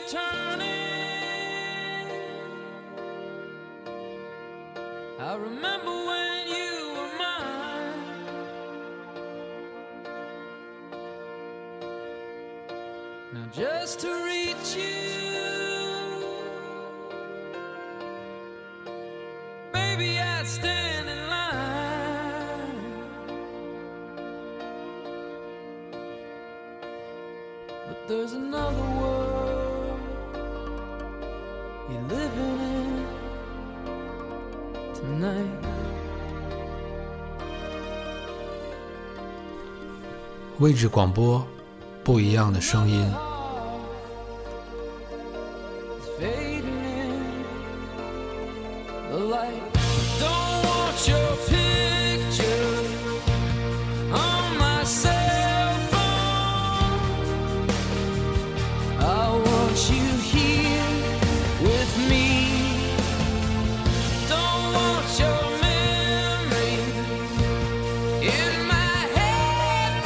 turning. I remember when you were mine. Now just to reach you, baby, I'd stand in line. But there's another world you're living in tonight. 位置广播，不一样的声音。 It's fading in the light. Don't want your picture on my cell phone. I want you here with me. Don't want your memory in my head,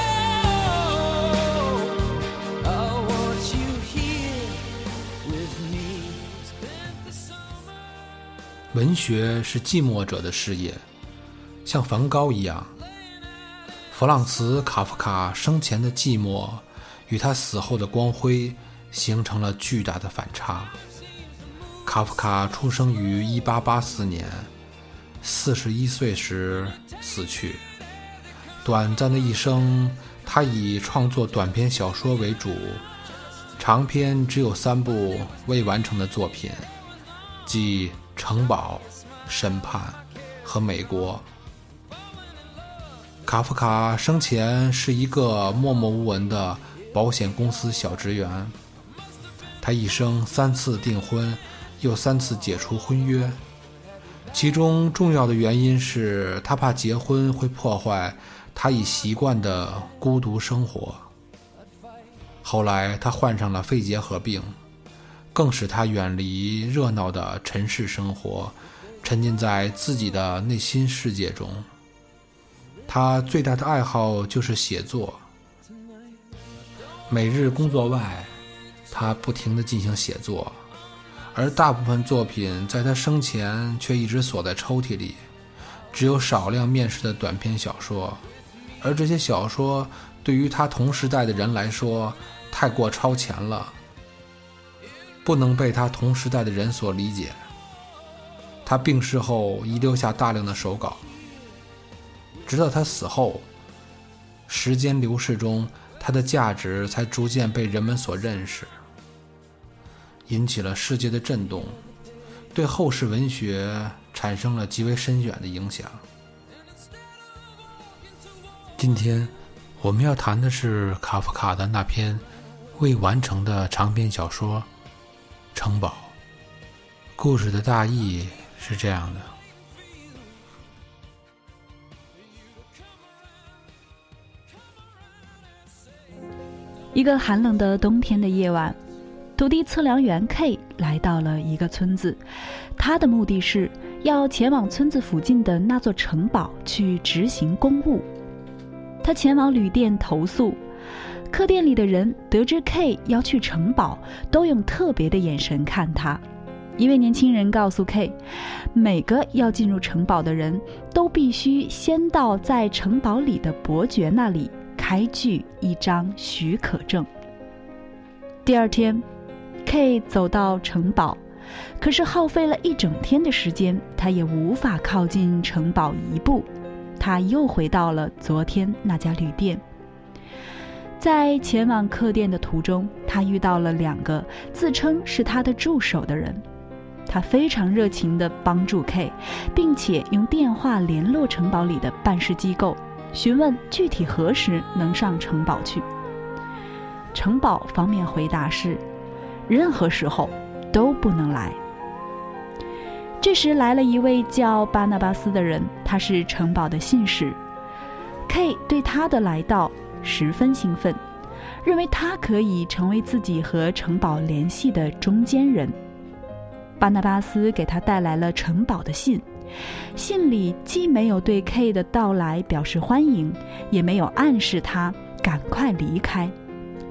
no. I want you here with me. Spent the summer. 文学是寂寞者的事业，像梵高一样。弗朗茨·卡夫卡生前的寂寞与他死后的光辉形成了巨大的反差。卡夫卡出生于1884年，41岁时死去。短暂的一生，他以创作短篇小说为主，长篇只有3部未完成的作品，即《城堡》、《审判》和《美国》。卡夫卡生前是一个默默无闻的保险公司小职员，他一生3次订婚，又3次解除婚约，其中重要的原因是他怕结婚会破坏他已习惯的孤独生活。后来他患上了肺结核病，更使他远离热闹的尘世生活，沉浸在自己的内心世界中。他最大的爱好就是写作，每日工作外，他不停地进行写作，而大部分作品在他生前却一直锁在抽屉里，只有少量面世的短篇小说，而这些小说对于他同时代的人来说太过超前了，不能被他同时代的人所理解。他病逝后遗留下大量的手稿，直到他死后，时间流逝中，他的价值才逐渐被人们所认识，引起了世界的震动，对后世文学产生了极为深远的影响。今天我们要谈的是卡夫卡的那篇未完成的长篇小说《城堡》。故事的大意是这样的： 一个寒冷的冬天的夜晚，土地测量员 K 来到了一个村子，他的目的是要前往村子附近的那座城堡去执行公务。他前往旅店投宿，客店里的人得知 K 要去城堡，都用特别的眼神看他。一位年轻人告诉 K， 每个要进入城堡的人都必须先到在城堡里的伯爵那里开具一张许可证。第二天 K 走到城堡，可是耗费了一整天的时间，他也无法靠近城堡一步。他又回到了昨天那家旅店。在前往客店的途中，他遇到了2个自称是他的助手的人，他非常热情地帮助 K， 并且用电话联络城堡里的办事机构，询问具体何时能上城堡去。城堡方面回答是任何时候都不能来。这时来了一位叫巴纳巴斯的人，他是城堡的信使。 K 对他的来到十分兴奋，认为他可以成为自己和城堡联系的中间人。巴纳巴斯给他带来了城堡的信，信里既没有对 K 的到来表示欢迎，也没有暗示他赶快离开。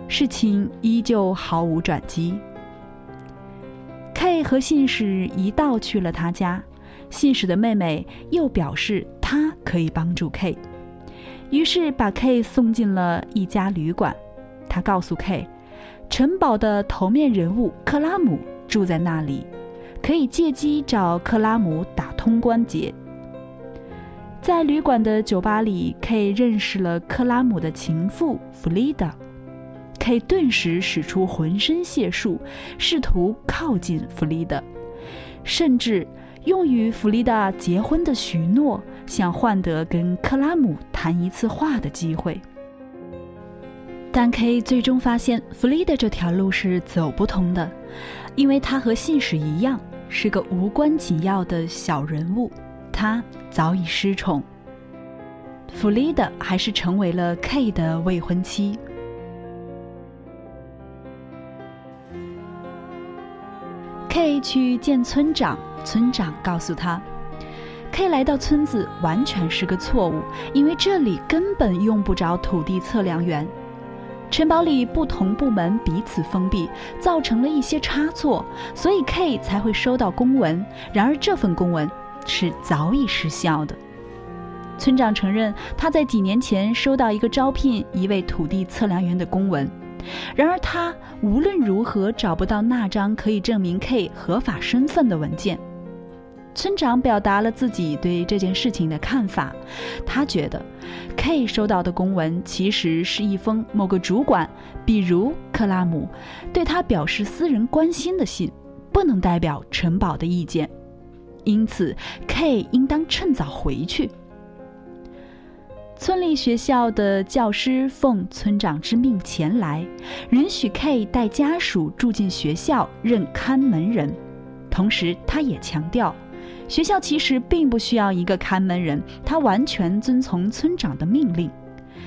事情依旧毫无转机。K 和信使一道去了他家，信使的妹妹又表示她可以帮助 K， 于是把 K 送进了一家旅馆。他告诉 K， 城堡的头面人物克拉姆住在那里，可以借机找克拉姆打通关节。在旅馆的酒吧里 ，K 认识了克拉姆的情妇弗丽达。K 顿时使出浑身解数，试图靠近弗丽达，甚至用与弗丽达结婚的许诺，想换得跟克拉姆谈一次话的机会。但 K 最终发现弗丽达这条路是走不通的，因为她和信使一样，是个无关紧要的小人物，她早已失宠。弗丽达还是成为了 K 的未婚妻。K 去见村长，村长告诉他 K 来到村子完全是个错误，因为这里根本用不着土地测量员。城堡里不同部门彼此封闭，造成了一些差错，所以 K 才会收到公文，然而这份公文是早已失效的。村长承认他在几年前收到一个招聘一位土地测量员的公文，然而他无论如何找不到那张可以证明 K 合法身份的文件。村长表达了自己对这件事情的看法，他觉得 K 收到的公文其实是一封某个主管，比如克拉姆，对他表示私人关心的信，不能代表城堡的意见，因此 K 应当趁早回去。村里学校的教师奉村长之命前来，允许 K 带家属住进学校任看门人。同时他也强调，学校其实并不需要一个看门人，他完全遵从村长的命令。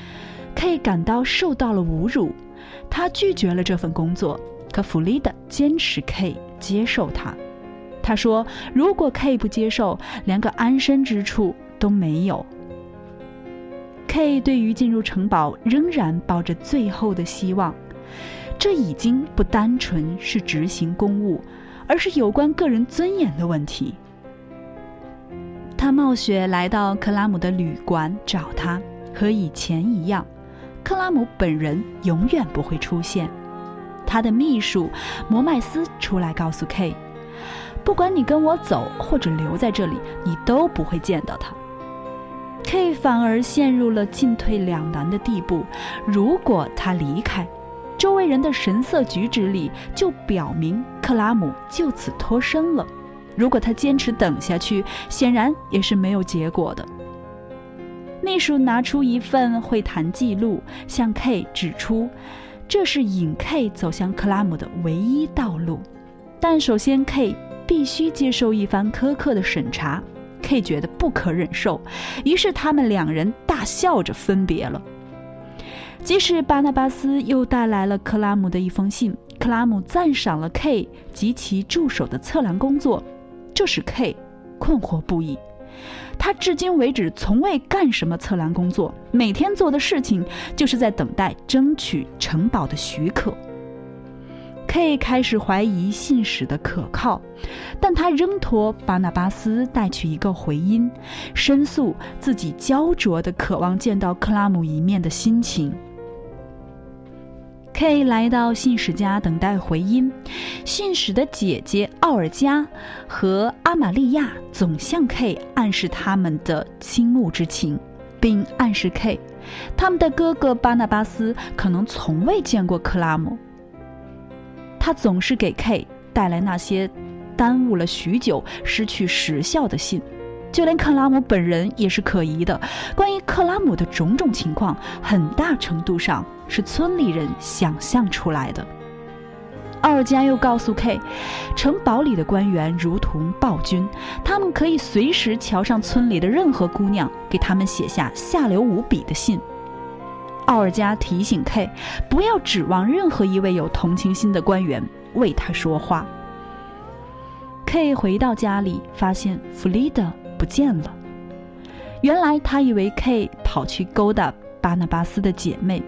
K 感到受到了侮辱，他拒绝了这份工作，可弗丽达坚持 K 接受他。他说如果 K 不接受，连个安身之处都没有。K 对于进入城堡仍然抱着最后的希望，这已经不单纯是执行公务，而是有关个人尊严的问题。他冒雪来到克拉姆的旅馆找他，和以前一样，克拉姆本人永远不会出现。他的秘书摩麦斯出来告诉 K， 不管你跟我走或者留在这里，你都不会见到他。K 反而陷入了进退两难的地步，如果他离开，周围人的神色举止里就表明克拉姆就此脱身了，如果他坚持等下去，显然也是没有结果的。秘书拿出一份会谈记录，向 K 指出这是引 K 走向克拉姆的唯一道路，但首先 K 必须接受一番苛刻的审查。K 觉得不可忍受，于是他们两人大笑着分别了。即使巴拿巴斯又带来了克拉姆的一封信，克拉姆赞赏了 K 及其助手的测量工作，这使 K 困惑不已。他至今为止从未干什么测量工作，每天做的事情就是在等待争取城堡的许可。K 开始怀疑信使的可靠，但他仍托巴拿巴斯带去一个回音，申诉自己焦灼地渴望见到克拉姆一面的心情。K 来到信使家等待回音，信使的姐姐奥尔加和阿玛利亚总向 K 暗示他们的倾慕之情，并暗示 K 他们的哥哥巴拿巴斯可能从未见过克拉姆。他总是给 K 带来那些耽误了许久、失去时效的信，就连克拉姆本人也是可疑的。关于克拉姆的种种情况，很大程度上是村里人想象出来的。奥尔加又告诉 K， 城堡里的官员如同暴君，他们可以随时瞧上村里的任何姑娘，给他们写下下流无比的信。奥尔加提醒 K 不要指望任何一位有同情心的官员为他说话。K 回到家里，发现弗丽达不见了。原来他以为 K 跑去勾搭巴拿巴斯的姐妹，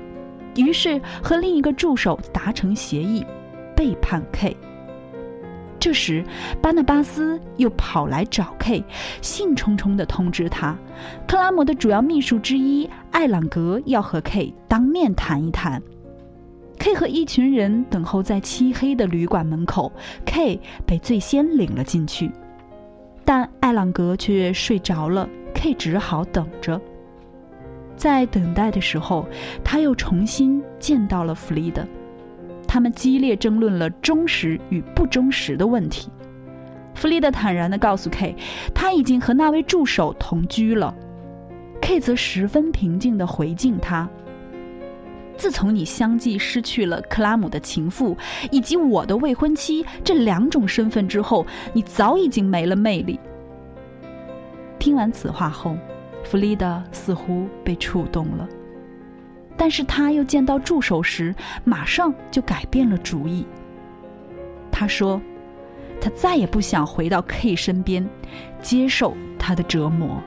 于是和另一个助手达成协议，背叛 K。这时巴纳巴斯又跑来找 K， 兴冲冲地通知他，克拉姆的主要秘书之一艾朗格要和 K 当面谈一谈。K 和一群人等候在漆黑的旅馆门口， K 被最先领了进去，但艾朗格却睡着了， K 只好等着。在等待的时候，他又重新见到了弗利德，他们激烈争论了忠实与不忠实的问题。弗利德坦然地告诉 K， 他已经和那位助手同居了。 K 则十分平静地回敬他，自从你相继失去了克拉姆的情妇以及我的未婚妻这2种身份之后，你早已经没了魅力。听完此话后，弗利德似乎被触动了，但是他又见到助手时马上就改变了主意。他说他再也不想回到 K 身边，接受他的折磨。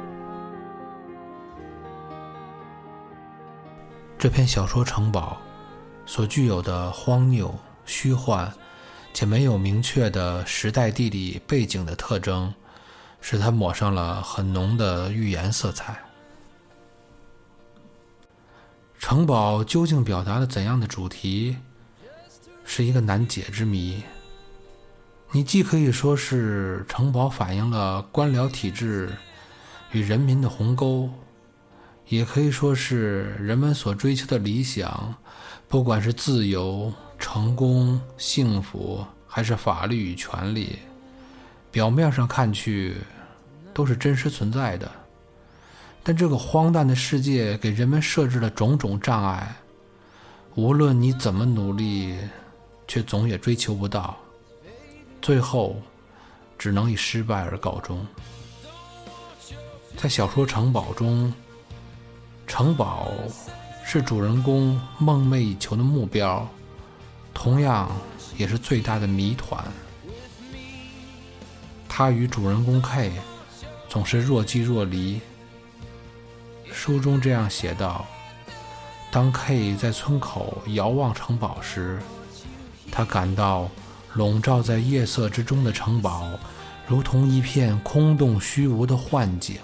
这篇小说《城堡》所具有的荒谬、虚幻且没有明确的时代地理背景的特征，使它抹上了很浓的寓言色彩。城堡究竟表达了怎样的主题，是一个难解之谜。你既可以说是城堡反映了官僚体制与人民的鸿沟，也可以说是人们所追求的理想，不管是自由、成功、幸福，还是法律与权利，表面上看去都是真实存在的。但这个荒诞的世界给人们设置了种种障碍，无论你怎么努力，却总也追求不到，最后只能以失败而告终。在小说《城堡》中，城堡是主人公梦寐以求的目标，同样也是最大的谜团。他与主人公 K 总是若即若离。书中这样写道，当 K 在村口遥望城堡时，他感到笼罩在夜色之中的城堡如同一片空洞虚无的幻境。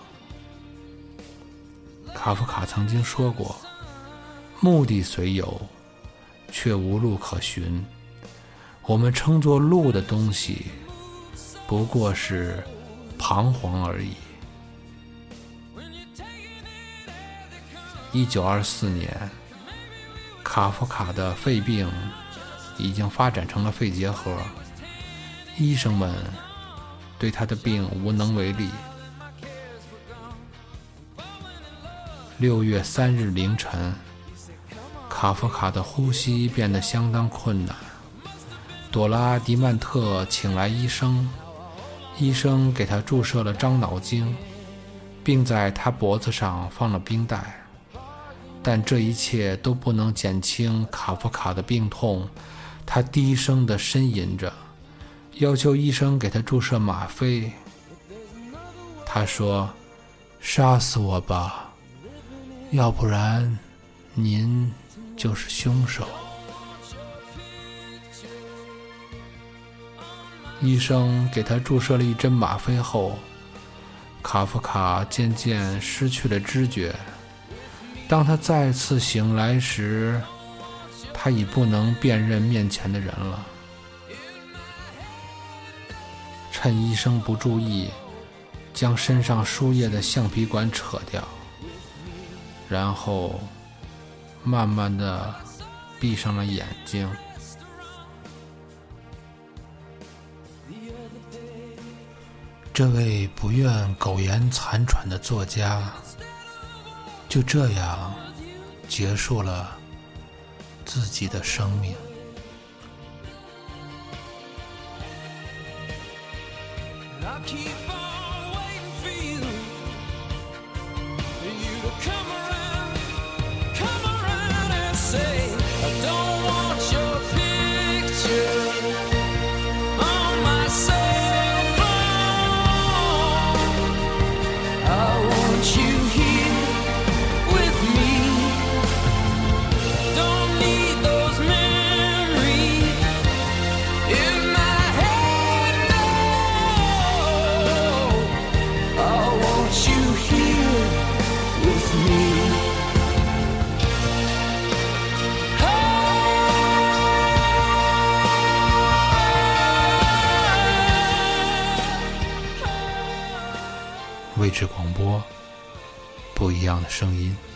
卡夫卡曾经说过，目的虽有，却无路可寻。我们称作路的东西，不过是彷徨而已。1924年，卡夫卡的肺病已经发展成了肺结核，医生们对他的病无能为力。6月3日凌晨，卡夫卡的呼吸变得相当困难。朵拉·迪曼特请来医生，医生给他注射了樟脑精，并在他脖子上放了冰袋。但这一切都不能减轻卡夫卡的病痛，他低声地呻吟着，要求医生给他注射吗啡。他说：“杀死我吧，要不然您就是凶手。”医生给他注射了1针吗啡后，卡夫卡渐渐失去了知觉。当他再次醒来时，他已不能辨认面前的人了。趁医生不注意，将身上输液的橡皮管扯掉，然后慢慢地闭上了眼睛。这位不愿苟延残喘的作家就这样结束了自己的生命。 志广播，不一样的声音。